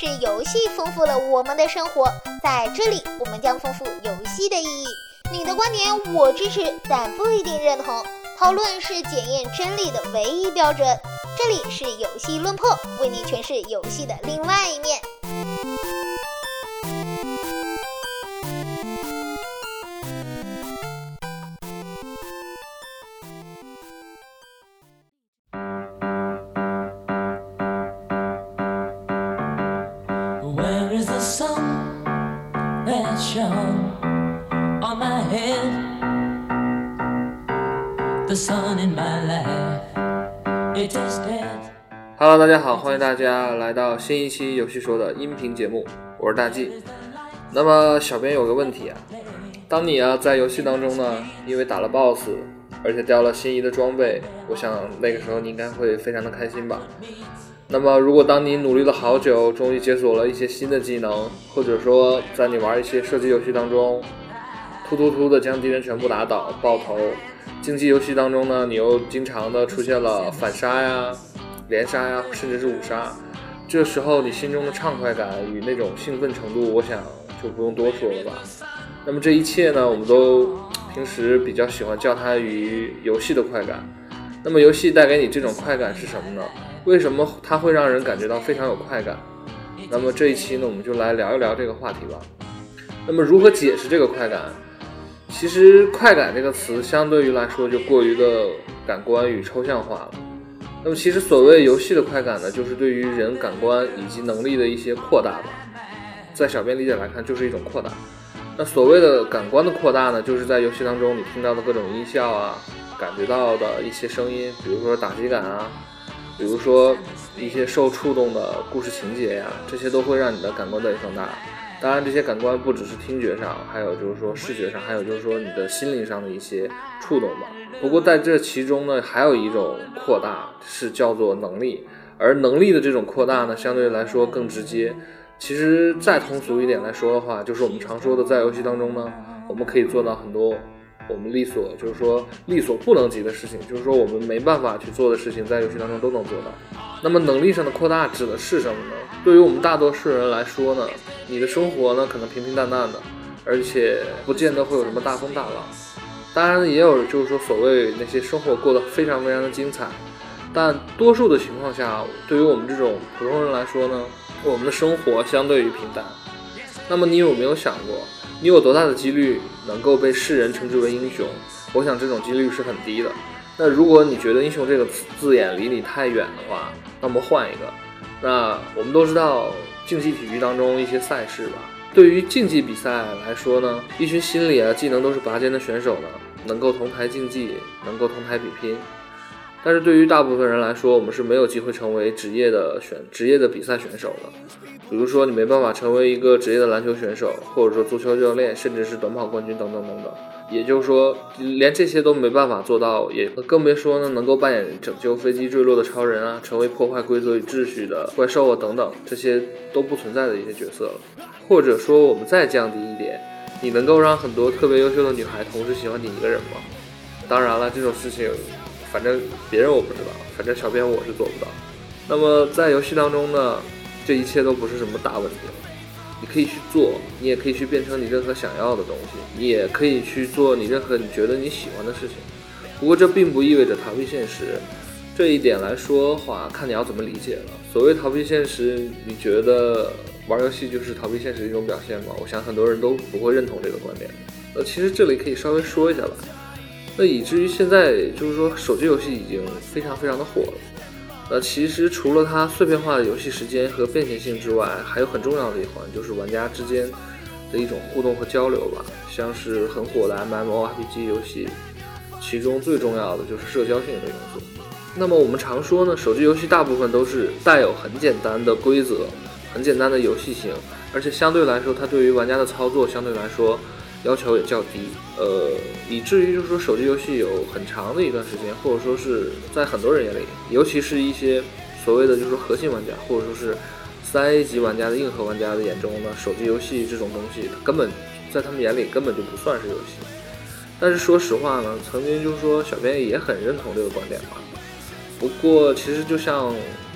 是游戏丰富了我们的生活，在这里我们将丰富游戏的意义。你的观点我支持，但不一定认同。讨论是检验真理的唯一标准。这里是游戏论破，为你诠释游戏的另外一面。 Hello， 大家好，欢迎大家来到新一期游戏说的音频节目，我是大 G。那么小编有个问题啊，当你在游戏当中呢，因为打了 BOSS， 而且掉了心仪的装备，我想那个时候你应该会非常的开心吧。那么如果当你努力了好久，终于解锁了一些新的技能，或者说在你玩一些射击游戏当中突的将敌人全部打倒爆头，竞技游戏当中呢，你又经常的出现了反杀呀、连杀呀，甚至是五杀，这时候你心中的畅快感与那种兴奋程度，我想就不用多说了吧。那么这一切呢，我们都平时比较喜欢叫它于游戏的快感。那么游戏带给你这种快感是什么呢？为什么它会让人感觉到非常有快感？那么这一期呢，我们就来聊一聊这个话题吧。那么如何解释这个快感？其实快感这个词相对于来说就过于的感官与抽象化了。那么其实所谓游戏的快感呢，就是对于人感官以及能力的一些扩大吧。在小编理解来看，就是一种扩大。那所谓的感官的扩大呢，就是在游戏当中你听到的各种音效啊，感觉到的一些声音，比如说打击感啊，比如说一些受触动的故事情节呀，这些都会让你的感官得以放大。当然这些感官不只是听觉上，还有就是说视觉上，还有就是说你的心灵上的一些触动吧。不过在这其中呢，还有一种扩大是叫做能力，而能力的这种扩大呢，相对来说更直接。其实再通俗一点来说的话，就是我们常说的在游戏当中呢，我们可以做到很多我们力所不能及的事情，就是说我们没办法去做的事情，在游戏当中都能做到。那么能力上的扩大指的是什么呢？对于我们大多数人来说呢，你的生活呢可能平平淡淡的，而且不见得会有什么大风大浪。当然也有就是说所谓那些生活过得非常非常的精彩，但多数的情况下，对于我们这种普通人来说呢，我们的生活相对于平淡。那么你有没有想过，你有多大的几率能够被世人称之为英雄？我想这种几率是很低的。那如果你觉得英雄这个字眼离你太远的话，那么换一个。那我们都知道竞技体育当中一些赛事吧，对于竞技比赛来说呢，一群心理技能都是拔尖的选手呢，能够同台竞技，能够同台比拼。但是对于大部分人来说，我们是没有机会成为职业的比赛选手的。比如说你没办法成为一个职业的篮球选手，或者说足球教练，甚至是短跑冠军等等等等。也就是说连这些都没办法做到，也更别说呢能够扮演拯救飞机坠落的超人啊，成为破坏规则与秩序的怪兽啊等等，这些都不存在的一些角色了。或者说我们再降低一点，你能够让很多特别优秀的女孩同时喜欢你一个人吗？当然了，这种事情反正别人我不知道，反正小编我是做不到。那么在游戏当中呢，这一切都不是什么大问题了。你可以去做，你也可以去变成你任何想要的东西，你也可以去做你任何你觉得你喜欢的事情。不过这并不意味着逃避现实，这一点来说的话，看你要怎么理解了。所谓逃避现实，你觉得玩游戏就是逃避现实的一种表现吗？我想很多人都不会认同这个观点。其实这里可以稍微说一下吧。那以至于现在就是说手机游戏已经非常非常的火了。其实除了它碎片化的游戏时间和便携性之外，还有很重要的一环就是玩家之间的一种互动和交流吧。像是很火的 MMORPG 游戏，其中最重要的就是社交性的元素。那么我们常说呢，手机游戏大部分都是带有很简单的规则，很简单的游戏性，而且相对来说它对于玩家的操作相对来说要求也较低，以至于就是说手机游戏有很长的一段时间，或者说是在很多人眼里，尤其是一些所谓的就是说核心玩家，或者说是3A 级玩家的硬核玩家的眼中呢，手机游戏这种东西根本在他们眼里根本就不算是游戏。但是说实话呢，曾经就是说小编也很认同这个观点嘛。不过其实就像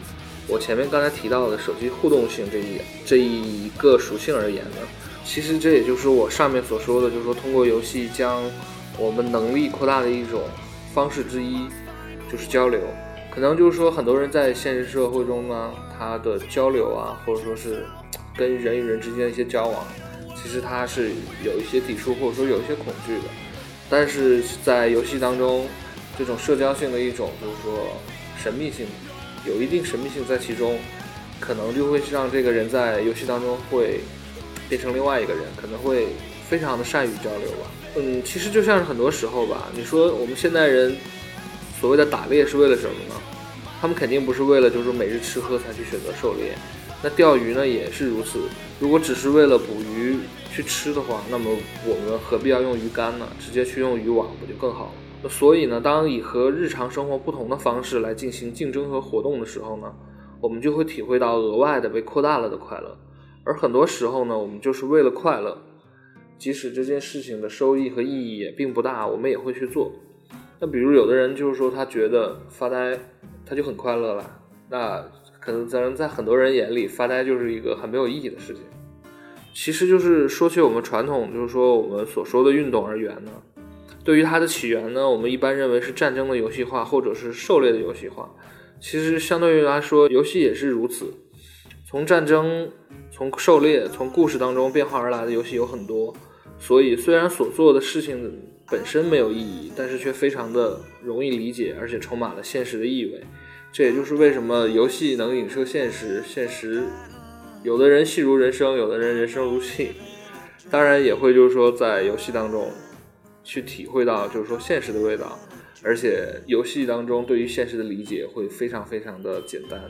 我前面刚才提到的手机互动性这一个属性而言呢，其实这也就是我上面所说的，就是说通过游戏将我们能力扩大的一种方式之一，就是交流。可能就是说很多人在现实社会中呢，他的交流啊，或者说是跟人与人之间的一些交往，其实他是有一些抵触或者说有一些恐惧的。但是在游戏当中，这种社交性的一种就是说神秘性，有一定神秘性在其中，可能就会让这个人在游戏当中会变成另外一个人，可能会非常的善于交流吧。其实就像是很多时候吧，你说我们现代人所谓的打猎是为了什么呢？他们肯定不是为了就是每日吃喝才去选择狩猎，那钓鱼呢也是如此。如果只是为了捕鱼去吃的话，那么我们何必要用鱼竿呢？直接去用渔网不就更好了？所以呢，当以和日常生活不同的方式来进行竞争和活动的时候呢，我们就会体会到额外的被扩大了的快乐。而很多时候呢，我们就是为了快乐，即使这件事情的收益和意义也并不大，我们也会去做。那比如有的人就是说他觉得发呆他就很快乐了，那可能在很多人眼里发呆就是一个很没有意义的事情。其实就是说起我们传统就是说我们所说的运动而言呢，对于它的起源呢，我们一般认为是战争的游戏化或者是狩猎的游戏化。其实相对于来说，游戏也是如此。从战争、从狩猎、从故事当中变化而来的游戏有很多，所以虽然所做的事情本身没有意义，但是却非常的容易理解，而且充满了现实的意味。这也就是为什么游戏能影射现实，现实有的人戏如人生，有的人人生如戏。当然也会就是说在游戏当中去体会到就是说现实的味道，而且游戏当中对于现实的理解会非常非常的简单。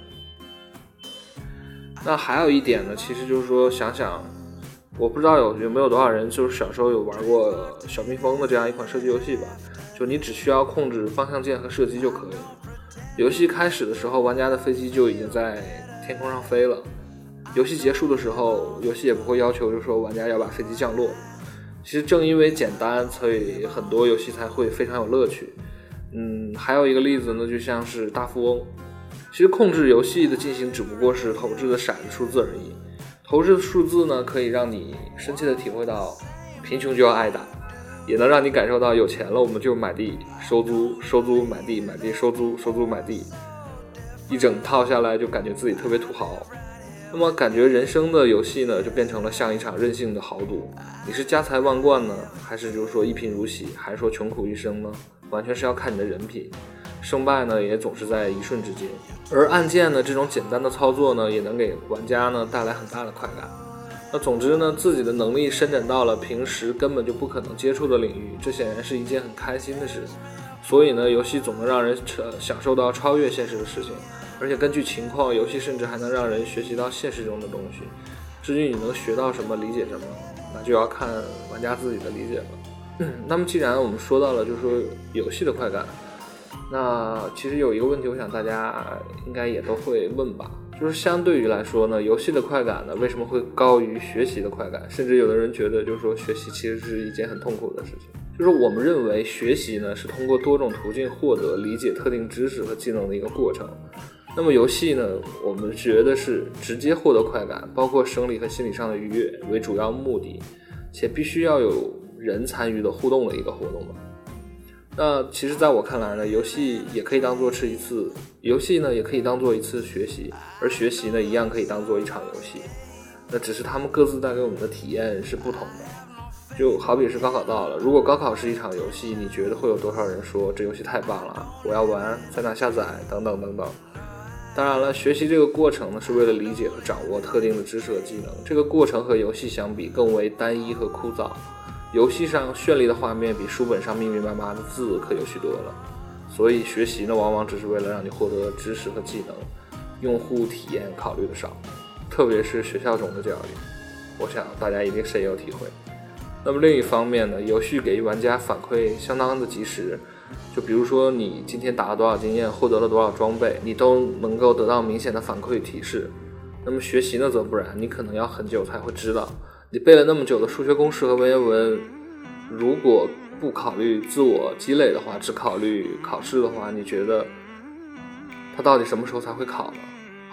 那还有一点呢，其实就是说想想，我不知道有没有多少人就是小时候有玩过小蜜蜂的这样一款射击游戏吧，就你只需要控制方向键和射击就可以了。游戏开始的时候，玩家的飞机就已经在天空上飞了，游戏结束的时候，游戏也不会要求就是说玩家要把飞机降落。其实正因为简单，所以很多游戏才会非常有乐趣。还有一个例子呢，就像是大富翁。其实控制游戏的进行只不过是投掷的骰子数字而已，投掷的数字呢，可以让你深切的体会到贫穷就要挨打，也能让你感受到有钱了我们就买地收租，收租买地，买地收租，收租买地，一整套下来就感觉自己特别土豪。那么感觉人生的游戏呢，就变成了像一场任性的豪赌，你是家财万贯呢，还是就是说一贫如洗，还是说穷苦一生呢？完全是要看你的人品，胜败呢也总是在一瞬之间。而按键呢这种简单的操作呢，也能给玩家呢带来很大的快感。那总之呢，自己的能力伸展到了平时根本就不可能接触的领域，这显然是一件很开心的事。所以呢，游戏总能让人享受到超越现实的事情，而且根据情况，游戏甚至还能让人学习到现实中的东西。至于你能学到什么，理解什么，那就要看玩家自己的理解了。那么既然我们说到了就是说游戏的快感，那其实有一个问题我想大家应该也都会问吧，就是相对于来说呢，游戏的快感呢为什么会高于学习的快感？甚至有的人觉得就是说学习其实是一件很痛苦的事情。就是我们认为学习呢是通过多种途径获得理解特定知识和技能的一个过程，那么游戏呢我们觉得是直接获得快感，包括生理和心理上的愉悦为主要目的，且必须要有人参与的互动的一个活动吧。那其实在我看来呢，游戏也可以当做是一次游戏呢，也可以当做一次学习，而学习呢一样可以当做一场游戏。那只是他们各自带给我们的体验是不同的。就好比是高考到了，如果高考是一场游戏，你觉得会有多少人说这游戏太棒了，我要玩，在哪下载等等等等。当然了，学习这个过程呢是为了理解和掌握特定的知识和技能，这个过程和游戏相比更为单一和枯燥。游戏上绚丽的画面比书本上密密麻麻的字可有许多了，所以学习呢往往只是为了让你获得知识和技能，用户体验考虑的少，特别是学校中的教育，我想大家一定深有体会。那么另一方面呢，游戏给予玩家反馈相当的及时，就比如说你今天打了多少经验，获得了多少装备，你都能够得到明显的反馈提示。那么学习呢则不然，你可能要很久才会知道，你背了那么久的数学公式和文言文，如果不考虑自我积累的话，只考虑考试的话，你觉得它到底什么时候才会考呢？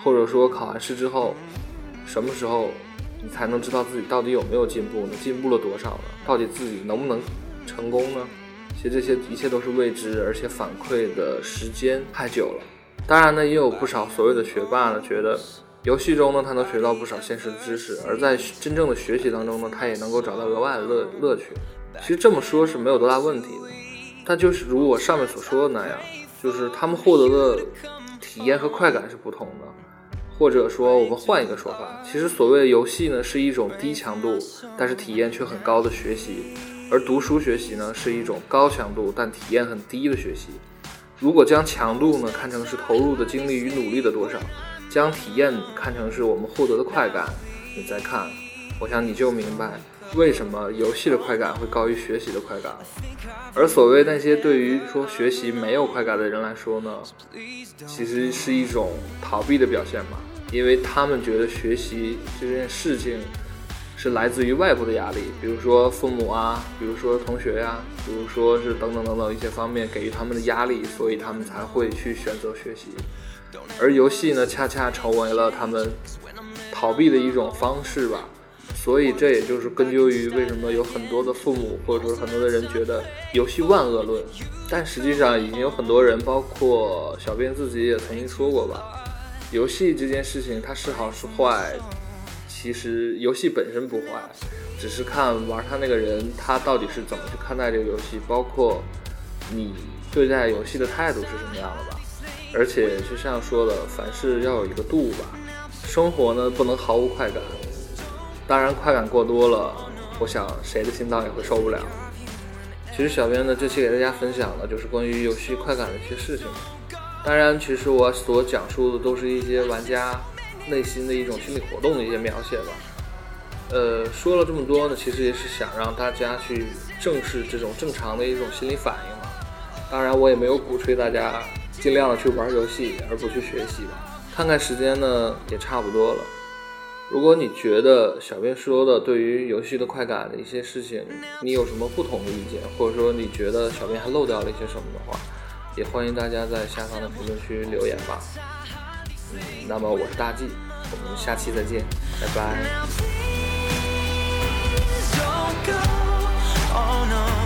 或者说考完试之后，什么时候你才能知道自己到底有没有进步呢？进步了多少呢？到底自己能不能成功呢？其实这些一切都是未知，而且反馈的时间太久了。当然呢，也有不少所谓的学霸呢，觉得游戏中呢他能学到不少现实的知识，而在真正的学习当中呢，他也能够找到额外的乐趣。其实这么说是没有多大问题的，但就是如我上面所说的那样，就是他们获得的体验和快感是不同的。或者说我们换一个说法，其实所谓的游戏呢是一种低强度但是体验却很高的学习，而读书学习呢是一种高强度但体验很低的学习。如果将强度呢看成是投入的精力与努力的多少，将体验看成是我们获得的快感，你再看，我想你就明白为什么游戏的快感会高于学习的快感。而所谓那些对于说学习没有快感的人来说呢，其实是一种逃避的表现吧，因为他们觉得学习这件事情是来自于外部的压力，比如说父母啊，比如说同学啊，比如说是等等等等一些方面给予他们的压力，所以他们才会去选择学习。而游戏呢恰恰成为了他们逃避的一种方式吧。所以这也就是根究于为什么有很多的父母或者说很多的人觉得游戏万恶论，但实际上已经有很多人，包括小编自己也曾经说过吧，游戏这件事情它是好是坏，其实游戏本身不坏，只是看玩它那个人他到底是怎么去看待这个游戏，包括你对待游戏的态度是什么样的吧。而且就像说的，凡事要有一个度吧，生活呢不能毫无快感，当然快感过多了，我想谁的心脏也会受不了。其实小编呢这期给大家分享的就是关于游戏快感的一些事情，当然其实我所讲述的都是一些玩家内心的一种心理活动的一些描写吧。说了这么多呢，其实也是想让大家去正视这种正常的一种心理反应嘛。当然我也没有鼓吹大家尽量的去玩游戏而不去学习吧。看看时间呢也差不多了，如果你觉得小编说的对于游戏的快感的一些事情你有什么不同的意见，或者说你觉得小编还漏掉了一些什么的话，也欢迎大家在下方的评论区留言吧。那么我是大 G， 我们下期再见，拜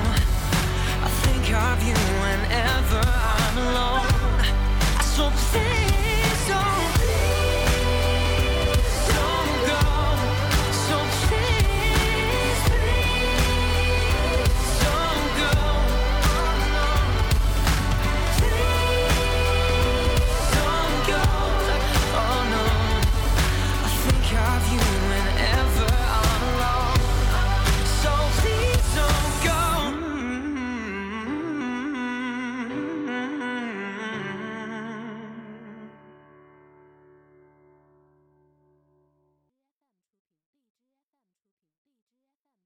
拜。